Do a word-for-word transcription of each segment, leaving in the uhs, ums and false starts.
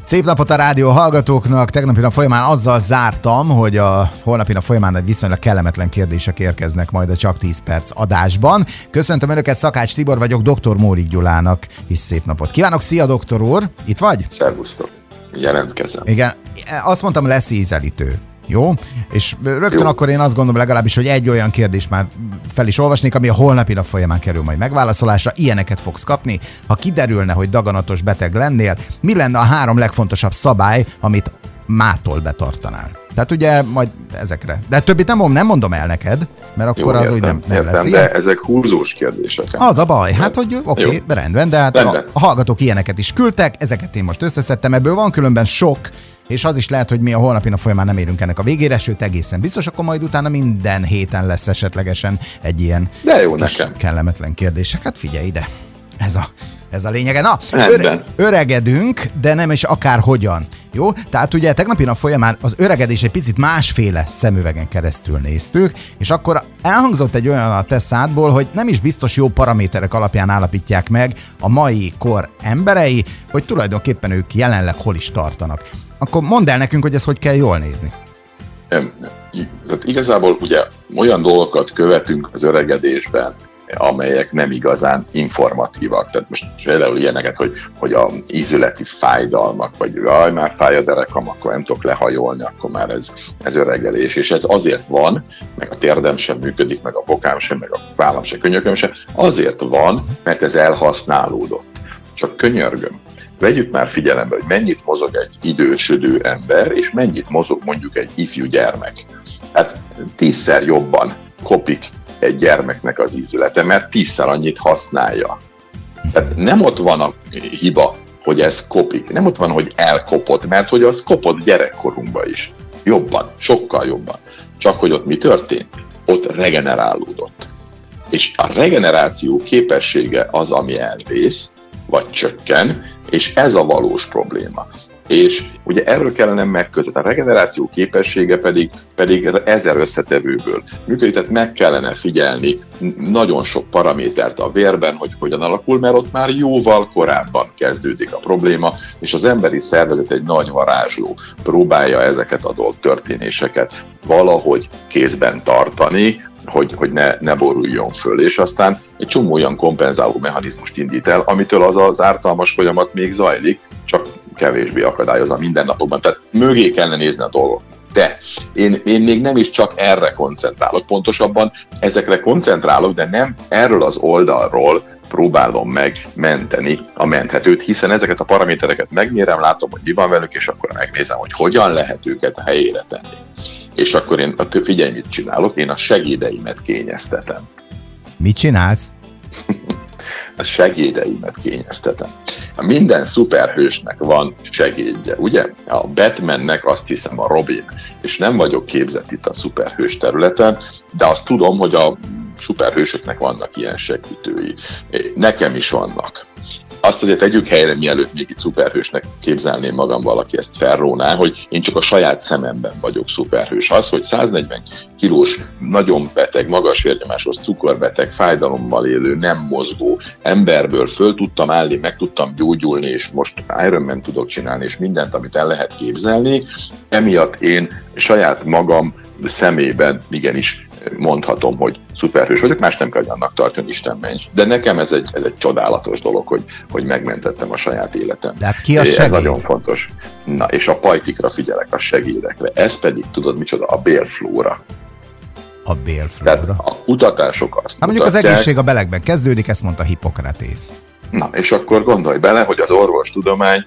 Szép napot a rádió hallgatóknak! Tegnapi nap folyamán azzal zártam, hogy a holnapi nap folyamán egy viszonylag kellemetlen kérdések érkeznek majd a Csak tíz perc adásban. Köszöntöm Önöket, Szakács Tibor vagyok, doktor Mórik Gyulának is szép napot kívánok. Szia, doktor úr! Itt vagy? Szervusztok! Jelentkezem. Igen, azt mondtam, lesz ízelítő. Jó? És rögtön Jó. Akkor én azt gondolom legalábbis, hogy egy olyan kérdést már fel is olvasnék, ami a holnapi nap folyamán kerül majd megválaszolásra. Ilyeneket fogsz kapni. Ha kiderülne, hogy daganatos beteg lennél, mi lenne a három legfontosabb szabály, amit mától betartanál? Tehát ugye majd ezekre. De többit nem, nem mondom el neked, mert akkor Jó, az értem, úgy nem, nem értem, lesz ilyen. De ezek húzós kérdések. Az a baj, hát hogy oké, okay, rendben, de hát rendben. A, a hallgatók ilyeneket is küldtek, ezeket én most összeszedtem, ebből van különben sok, és az is lehet, hogy mi a holnapi nap folyamán nem érünk ennek a végére, sőt egészen biztos, akkor majd utána minden héten lesz esetlegesen egy ilyen de jó kis nekem. kellemetlen kérdések. Hát figyelj ide, ez a, ez a lényege. Na, öre, öregedünk, de nem is akárhogyan. Jó? Tehát ugye tegnapi nap folyamán az öregedés egy picit másféle szemüvegen keresztül néztük, és akkor elhangzott egy olyan a te szádból, hogy nem is biztos jó paraméterek alapján állapítják meg a mai kor emberei, hogy tulajdonképpen ők jelenleg hol is tartanak. Akkor mondd el nekünk, hogy ezt hogy kell jól nézni. Tehát igazából ugye olyan dolgokat követünk az öregedésben, amelyek nem igazán informatívak. Tehát most például ilyeneket, hogy, hogy a ízületi fájdalmak, vagy jaj, már fáj a derekam, akkor nem tudok lehajolni, akkor már ez, ez öregedés. És ez azért van, meg a térdem sem működik, meg a bokám sem, meg a vállam sem, könyököm sem, azért van, mert ez elhasználódott. Csak könyörgöm. Vegyük már figyelembe, hogy mennyit mozog egy idősödő ember, és mennyit mozog mondjuk egy ifjú gyermek. Hát tízszer jobban kopik egy gyermeknek az ízülete, mert tízszer annyit használja. Tehát nem ott van a hiba, hogy ez kopik, nem ott van, hogy elkopott, mert hogy az kopott gyerekkorunkban is. Jobban, sokkal jobban. Csak hogy ott mi történt? Ott regenerálódott. És a regeneráció képessége az, ami elvész, vagy csökken, és ez a valós probléma. És ugye erről kellene megközelíteni. A regeneráció képessége pedig, pedig ezer összetevőből működik, tehát meg kellene figyelni nagyon sok paramétert a vérben, hogy hogyan alakul, mert ott már jóval korábban kezdődik a probléma, és az emberi szervezet egy nagy varázsló próbálja ezeket a dolg történéseket valahogy kézben tartani, hogy, hogy ne, ne boruljon föl, és aztán egy csomó olyan kompenzáló mechanizmust indít el, amitől az az ártalmas folyamat még zajlik, csak kevésbé akadályoz a mindennapokban. Tehát mögé kellene nézni a dolgok. De én, én még nem is csak erre koncentrálok, pontosabban ezekre koncentrálok, de nem erről az oldalról próbálom meg menteni a menthetőt, hiszen ezeket a paramétereket megmérem, látom, hogy mi van velük, és akkor megnézem, hogy hogyan lehet őket a helyére tenni. És akkor én, figyelj, mit csinálok, én a segédeimet kényeztetem. Mit csinálsz? A segédeimet kényeztetem. Minden szuperhősnek van segédje, ugye? A Batmannek azt hiszem a Robin, és nem vagyok képzett itt a szuperhős területen, de azt tudom, hogy a szuperhősöknek vannak ilyen segítői. Nekem is vannak. Azt azért tegyük helyre, mielőtt még itt szuperhősnek képzelném magam, valaki ezt felróná, hogy én csak a saját szememben vagyok szuperhős. Az, hogy száznegyven kilós, nagyon beteg, magas vérnyomásos, cukorbeteg, fájdalommal élő, nem mozgó emberből föl tudtam állni, meg tudtam gyógyulni, és most Ironman tudok csinálni, és mindent, amit el lehet képzelni, emiatt én saját magam szemében igenis mondhatom, hogy szuperhős vagyok, más nem kell, hogy annak tartani, Isten mencs. De nekem ez egy, ez egy csodálatos dolog, hogy, hogy megmentettem a saját életem. De hát ki a segéd? Ez nagyon fontos. Na, és a pajtikra figyelek, a segédekre. Ez pedig, tudod micsoda? A bélflóra. A bélflóra. Tehát a kutatások azt hát mondjuk mutatják, az egészség a belegben kezdődik, ezt mondta Hippokratész. Na, és akkor gondolj bele, hogy az orvostudomány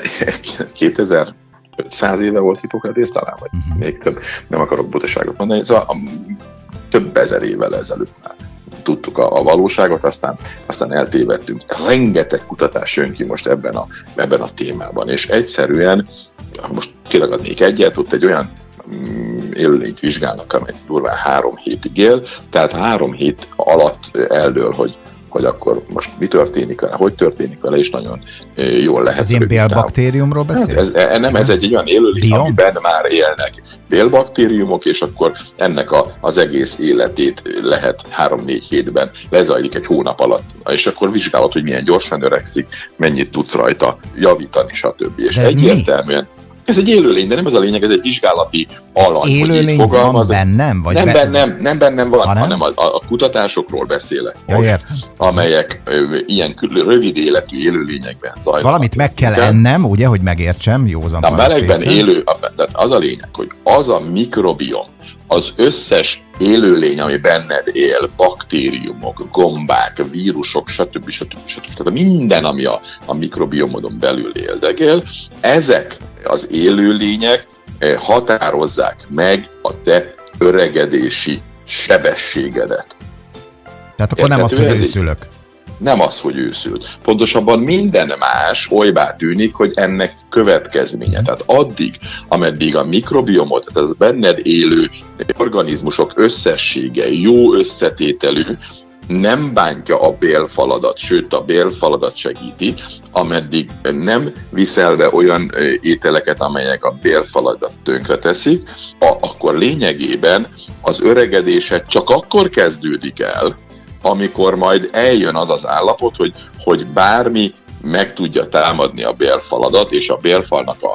kétezer-ötszáz éve volt Hippokratész, talán, vagy uh-huh. még több, nem akarok butaságot mondani, szóval a, több ezer évvel ezelőtt már tudtuk a, a valóságot, aztán, aztán eltévedtünk. Rengeteg kutatás jön ki most ebben a, ebben a témában, és egyszerűen, most kiragadnék egyet, ott egy olyan élőlényt vizsgálnak, amely durván három hétig él, tehát három hét alatt eldől, hogy hogy akkor most mi történik vele, hogy történik vele, és nagyon jól lehet. Ez ilyen bélbaktériumról beszélsz? Hát ez, nem, ez egy olyan élőlény, amiben már élnek bélbaktériumok, és akkor ennek a, az egész életét lehet három-négy hétben, lezajlik egy hónap alatt, és akkor vizsgálod, hogy milyen gyorsan öregszik, mennyit tudsz rajta javítani, stb. És egyértelműen ez egy élőlény, de nem ez a lényeg, ez egy vizsgálati alany. Élőlény van bennem? Vagy nem ben... bennem, nem bennem van, hanem, hanem a, a kutatásokról beszélek most, ja, amelyek ö, ilyen rövid életű élőlényekben zajlanak. Valamit meg kell ennem, ugye, hogy megértsem, józan a melegben élő, tehát az a lényeg, hogy az a mikrobiom, az összes élőlény, ami benned él, baktériumok, gombák, vírusok, stb. stb. stb. Tehát minden, ami a, a mikrobiomodon belül éldegél, ezek az élőlények határozzák meg a te öregedési sebességedet. Tehát akkor nem az, hogy őszülök. Nem az, hogy őszült. Pontosabban minden más olybá tűnik, hogy ennek következménye. Tehát addig, ameddig a mikrobiomot, tehát az benned élő organizmusok összessége jó összetételű, nem bántja a bélfaladat, sőt a bélfaladat segíti, ameddig nem viszel be olyan ételeket, amelyek a bélfaladat tönkreteszik, akkor lényegében az öregedése csak akkor kezdődik el, amikor majd eljön az az állapot, hogy, hogy bármi meg tudja támadni a bélfaladat, és a bélfalnak a,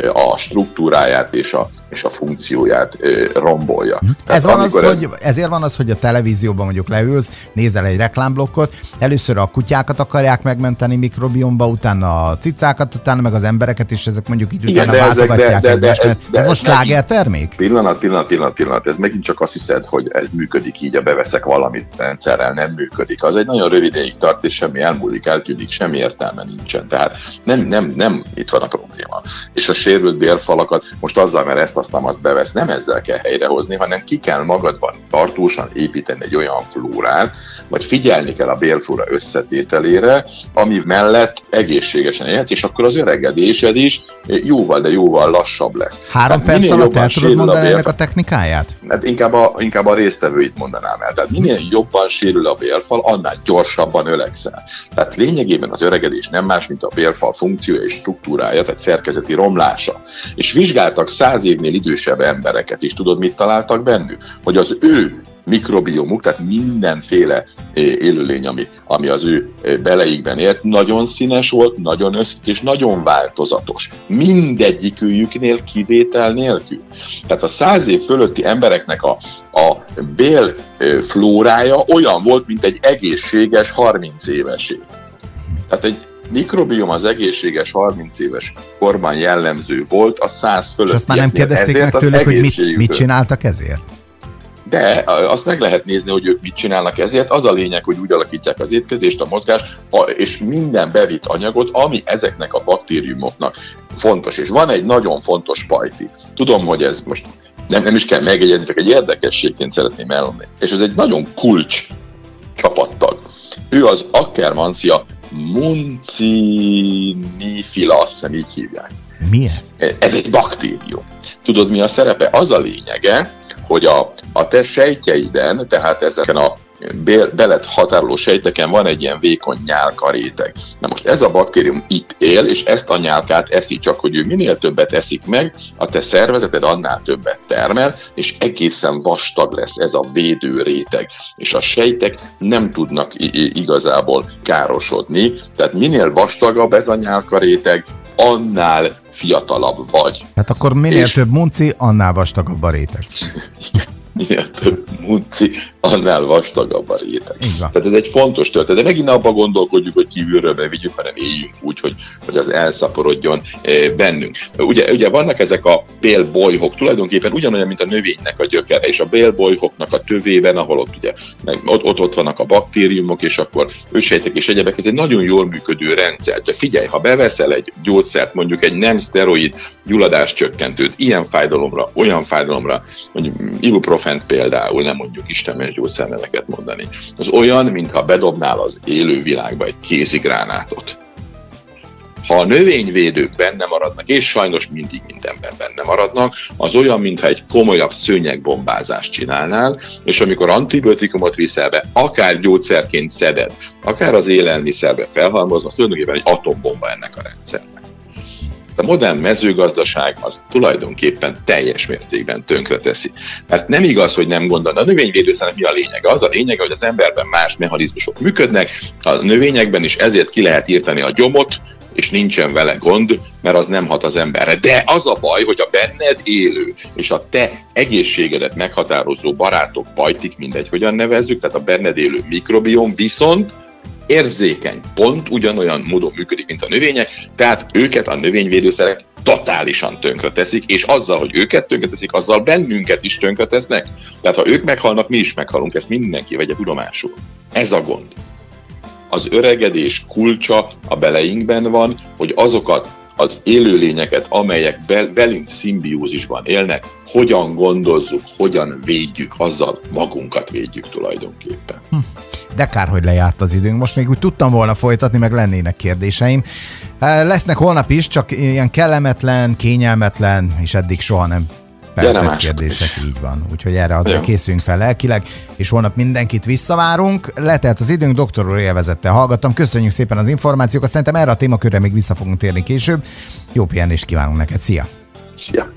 a struktúráját és a, és a funkcióját rombolja. Ez van az, ez... Hogy, ezért van az, hogy a televízióban mondjuk leülsz, nézel egy reklámblokkot, először a kutyákat akarják megmenteni mikrobiomba, utána a cicákat, utána meg az embereket, és ezek mondjuk itt utána váltogatják de, de, de, egymást. Ez, ez most slágertermék? Pillanat, pillanat, pillanat, pillanat. Ez megint csak azt hiszed, hogy ez működik így, a beveszek valamit rendszerrel, nem működik. Az egy nagyon rövid ideig tart, és semmi elmúlik, eltűnik, semmi értelme nincsen. Tehát nem, nem, nem itt van a probléma. És a sérült bélfalakat most azzal, mert ezt aztán azt bevesz, nem ezzel kell helyrehozni, hanem ki kell magadban tartósan építeni egy olyan flórát, vagy figyelni kell a bélflóra összetételére, ami mellett egészségesen élhetsz, és akkor az öregedésed is jóval, de jóval lassabb lesz. Három hát perc alatt el tudod mondani ennek a technikáját? Hát inkább a, inkább a résztvevőit mondanám el. Tehát minél jobban sérül a bélfal, annál gyorsabban öregszel. Tehát lényegében az öregedés nem más, mint a bélfal funkciója és struktúrája, tehát szerkezeti romlása. És vizsgáltak száz évnél idősebb embereket is. Tudod, mit találtak bennük? Hogy az ő mikrobiomuk, tehát mindenféle élőlény, ami, ami az ő beleikben élt, nagyon színes volt, nagyon összetett és nagyon változatos. Mindegyikőjüknél kivétel nélkül. Tehát a száz év fölötti embereknek a, a bélflórája olyan volt, mint egy egészséges harminc évesé. Tehát egy mikrobiom az egészséges harminc éves korban jellemző volt, a száz fölött. És azt már nem kérdezték meg tőlük, hogy mit, mit csináltak ezért? De azt meg lehet nézni, hogy ők mit csinálnak ezért. Az a lényeg, hogy úgy alakítják az étkezést, a mozgást, és minden bevitt anyagot, ami ezeknek a baktériumoknak fontos. És van egy nagyon fontos pajti. Tudom, hogy ez most nem, nem is kell megjegyezni, csak egy érdekességként szeretném elmondani. És ez egy nagyon kulcs csapattag. Ő az Akkermansia muncinifila, azt hiszem így hívják. Mi ez? Ez egy baktérium. Tudod, mi a szerepe? Az a lényege, hogy a, a te sejtjeiden, tehát ezeken a belet határoló sejteken van egy ilyen vékony nyálka réteg. Na most ez a baktérium itt él, és ezt a nyálkát eszi, csak hogy ő minél többet eszik meg, a te szervezeted annál többet termel, és egészen vastag lesz ez a védő réteg, és a sejtek nem tudnak igazából károsodni, tehát minél vastagabb ez a nyálka réteg, annál fiatalabb vagy. Tehát akkor minél és... több munci, annál vastagabb a réteg. Minél több munci, annál vastagabb a réteg. Tehát ez egy fontos történet. De megint abban gondolkodjuk, hogy kívülről bevigyük, hanem éljünk úgy, hogy, hogy az elszaporodjon bennünk. Ugye, ugye vannak ezek a bélbolyhok, tulajdonképpen ugyanolyan, mint a növénynek a gyökere, és a bélbolyhoknak a tövében, ahol ott, ugye, ott, ott, ott vannak a baktériumok, és akkor ősejtek és egyebek, ez egy nagyon jól működő rendszer. De figyelj, ha beveszel egy gyógyszert, mondjuk egy nem szteroid gyulladáscsökkentőt, ilyen fájdalomra, olyan fájdalomra, mondjuk ibuprofent például, nem mondjuk istenments gyógyszerneveket mondani. Az olyan, mintha bedobnál az élő világba egy kézigránátot. Ha a növényvédők benne maradnak, és sajnos mindig mindenben benne maradnak, az olyan, mintha egy komolyabb szőnyegbombázást csinálnál, és amikor antibiotikumot viszel be, akár gyógyszerként szeded, akár az élelmiszerbe felhalmozva, az tulajdonképpen egy atombomba ennek a rendszernek. A modern mezőgazdaság az tulajdonképpen teljes mértékben tönkreteszi. Mert nem igaz, hogy nem gondol. A növényvédőszernek mi a lényege? Az a lényege, hogy az emberben más mechanizmusok működnek, a növényekben is ezért ki lehet írtani a gyomot, és nincsen vele gond, mert az nem hat az emberre. De az a baj, hogy a benned élő és a te egészségedet meghatározó barátok, pajtik, mindegy, hogyan nevezzük, tehát a benned élő mikrobióm viszont érzékeny, pont ugyanolyan módon működik, mint a növények, tehát őket a növényvédőszerek totálisan tönkreteszik, és azzal, hogy őket tönkreteszik, azzal bennünket is tönkretesznek. Tehát ha ők meghalnak, mi is meghalunk, ezt mindenki vegye tudomásul. Ez a gond. Az öregedés kulcsa a beleinkben van, hogy azokat az élőlényeket, amelyek be, velünk szimbiózisban élnek, hogyan gondozzuk, hogyan védjük, azzal magunkat védjük tulajdonképpen. Hm. De kár, hogy lejárt az időnk. Most még úgy tudtam volna folytatni, meg lennének kérdéseim. Lesznek holnap is, csak ilyen kellemetlen, kényelmetlen, és eddig soha nem feltett kérdések, is. Így van. Úgyhogy erre azért ja. készüljünk fel lelkileg, és holnap mindenkit visszavárunk. Letelt az időnk, doktor úr élvezettel hallgattam. Köszönjük szépen az információkat. Szerintem erre a témakörre még vissza fogunk térni később. Jó pihenést kívánunk neked. Szia! Szia!